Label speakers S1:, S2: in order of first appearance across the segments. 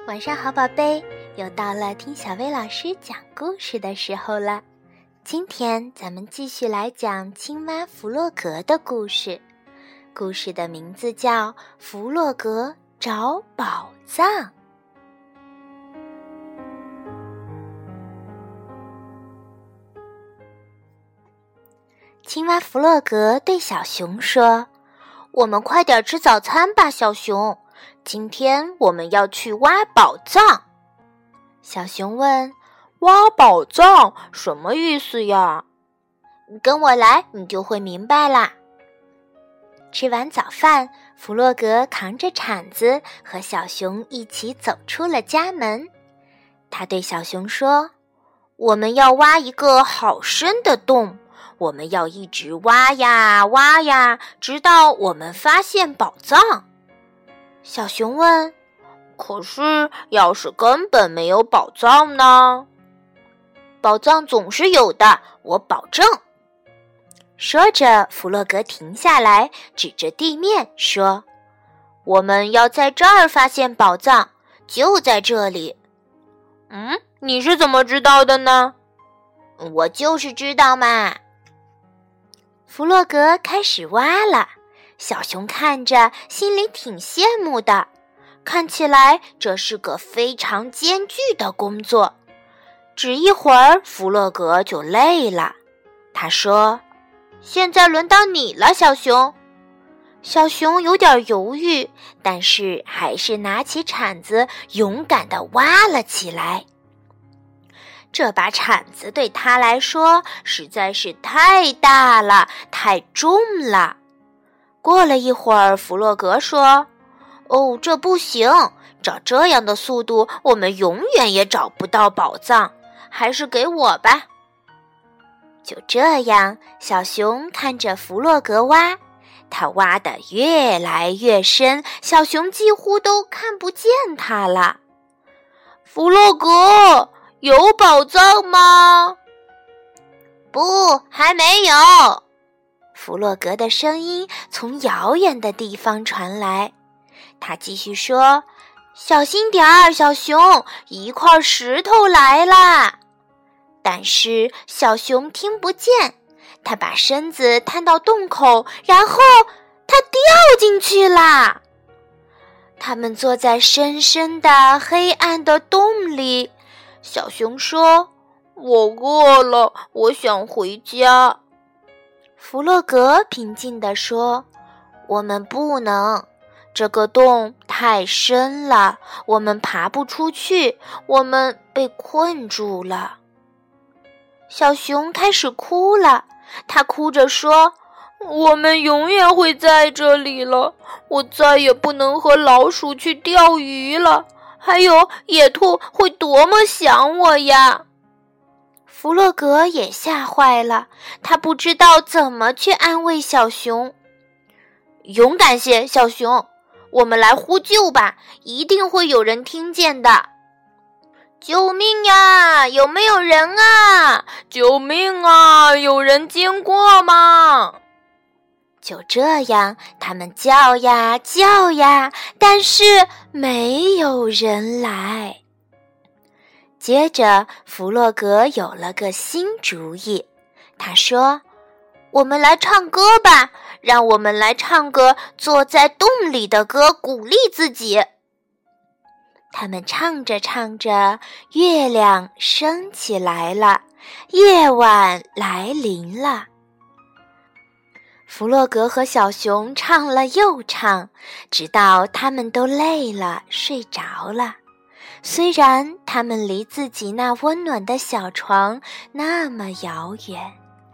S1: 晚上好，宝贝，又到了听小薇老师讲故事的时候了。今天咱们继续来讲青蛙弗洛格的故事，故事的名字叫《弗洛格找宝藏》。青蛙弗洛格对小熊说：“我们快点吃早餐吧，小熊。今天我们要去挖宝藏。”小熊问：“
S2: 挖宝藏什么意思呀？”“
S1: 跟我来，你就会明白啦。”吃完早饭，弗洛格扛着铲子和小熊一起走出了家门。他对小熊说：“我们要挖一个好深的洞，我们要一直挖呀挖呀，直到我们发现宝藏。”小熊问：“
S2: 可是要是根本没有宝藏呢？”“
S1: 宝藏总是有的，我保证。”说着，弗洛格停下来，指着地面说：“我们要在这儿发现宝藏，就在这里。”“
S2: 你是怎么知道的呢？”“
S1: 我就是知道嘛。”弗洛格开始挖了，小熊看着心里挺羡慕的，看起来这是个非常艰巨的工作。只一会儿，弗洛格就累了。他说：“现在轮到你了，小熊。”小熊有点犹豫，但是还是拿起铲子，勇敢地挖了起来。这把铲子对他来说实在是太大了，太重了。过了一会儿，弗洛格说：“哦，这不行，照这样的速度，我们永远也找不到宝藏，还是给我吧。”就这样，小熊看着弗洛格挖，他挖得越来越深，小熊几乎都看不见他了。
S2: “弗洛格，有宝藏吗？”“
S1: 不，还没有。”弗洛格的声音从遥远的地方传来。他继续说：“小心点儿，小熊，一块石头来啦！”但是小熊听不见，他把身子探到洞口，然后他掉进去啦。他们坐在深深的黑暗的洞里。小熊说：“
S2: 我饿了，我想回家。”
S1: 弗洛格平静地说：“我们不能，这个洞太深了，我们爬不出去，我们被困住了。”小熊开始哭了，他哭着说：“
S2: 我们永远会在这里了，我再也不能和老鼠去钓鱼了，还有野兔会多么想我呀！”
S1: 弗洛格也吓坏了，他不知道怎么去安慰小熊。“勇敢些，小熊，我们来呼救吧，一定会有人听见的。”“救命呀！有没有人啊？
S2: 救命啊！有人经过吗？”
S1: 就这样，他们叫呀叫呀，但是没有人来。接着，弗洛格有了个新主意，他说：“我们来唱歌吧，让我们来唱个坐在洞里的歌，鼓励自己。”他们唱着唱着，月亮升起来了，夜晚来临了。弗洛格和小熊唱了又唱，直到他们都累了，睡着了。虽然他们离自己那温暖的小床那么遥远。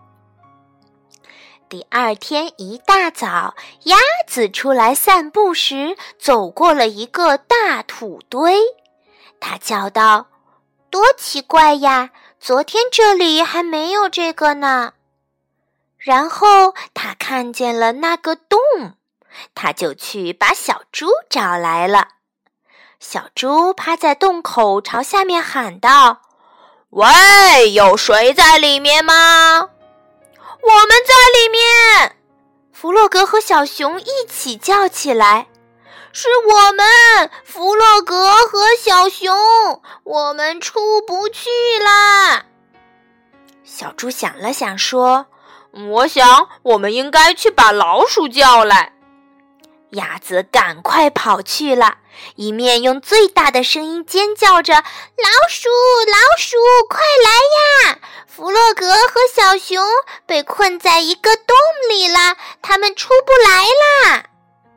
S1: 第二天一大早，鸭子出来散步时，走过了一个大土堆。它叫道：“多奇怪呀，昨天这里还没有这个呢。”然后它看见了那个洞，它就去把小猪找来了。小猪趴在洞口朝下面喊道：“
S2: 喂，有谁在里面吗？”“
S1: 我们在里面！”弗洛格和小熊一起叫起来。
S2: 是我们，弗洛格和小熊，我们出不去啦。
S1: 小猪想了想说，
S2: 我想我们应该去把老鼠叫来。
S1: 鸭子赶快跑去了，一面用最大的声音尖叫着，老鼠，老鼠，快来呀！弗洛格和小熊被困在一个洞里了，他们出不来啦。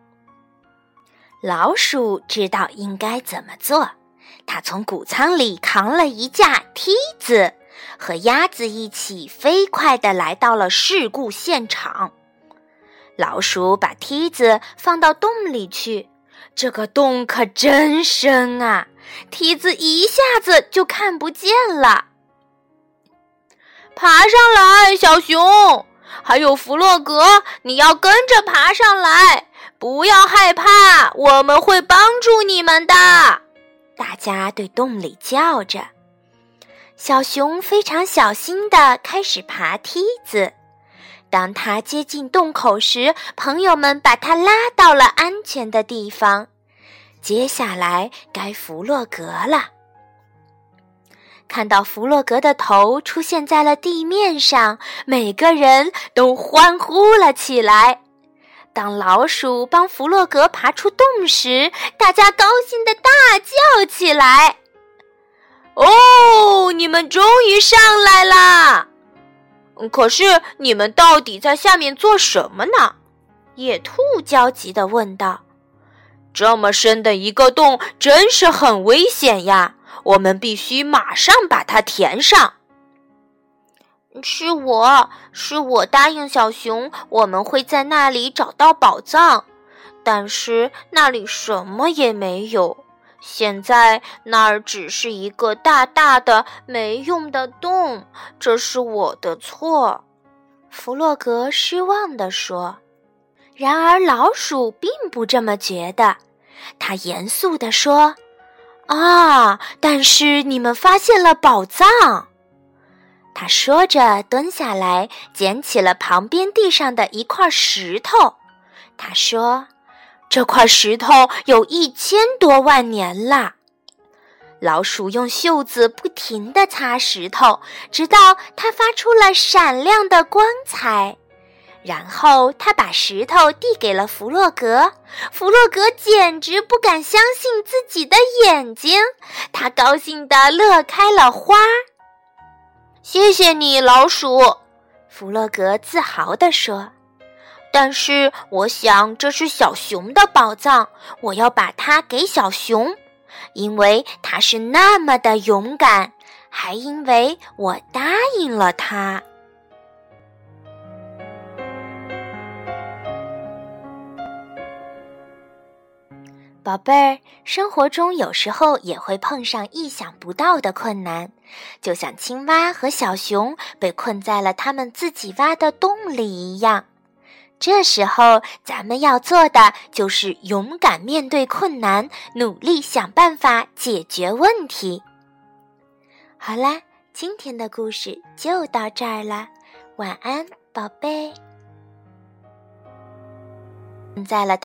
S1: 老鼠知道应该怎么做，它从谷仓里扛了一架梯子，和鸭子一起飞快地来到了事故现场。老鼠把梯子放到洞里去，这个洞可真深啊，梯子一下子就看不见了。
S2: 爬上来，小熊，还有弗洛格，你要跟着爬上来，不要害怕，我们会帮助你们的。
S1: 大家对洞里叫着。小熊非常小心地开始爬梯子。当他接近洞口时，朋友们把他拉到了安全的地方。接下来该弗洛格了。看到弗洛格的头出现在了地面上，每个人都欢呼了起来。当老鼠帮弗洛格爬出洞时，大家高兴地大叫起来。
S2: 哦，你们终于上来啦！可是你们到底在下面做什么呢？
S1: 野兔焦急地问道。
S2: 这么深的一个洞真是很危险呀，我们必须马上把它填上。
S1: 是我答应小熊，我们会在那里找到宝藏，但是那里什么也没有。现在那儿只是一个大大的没用的洞，这是我的错。弗洛格失望地说。然而老鼠并不这么觉得，他严肃地说，但是你们发现了宝藏。他说着蹲下来捡起了旁边地上的一块石头。他说，这块石头有1000多万年了。老鼠用袖子不停地擦石头，直到它发出了闪亮的光彩。然后他把石头递给了弗洛格，弗洛格简直不敢相信自己的眼睛，他高兴地乐开了花。
S2: 谢谢你，老鼠，
S1: 弗洛格自豪地说。但是我想这是小熊的宝藏，我要把它给小熊，因为它是那么的勇敢，还因为我答应了它。宝贝儿，生活中有时候也会碰上意想不到的困难，就像青蛙和小熊被困在了他们自己挖的洞里一样。这时候咱们要做的就是勇敢面对困难，努力想办法解决问题。好啦，今天的故事就到这儿了，晚安，宝贝。在了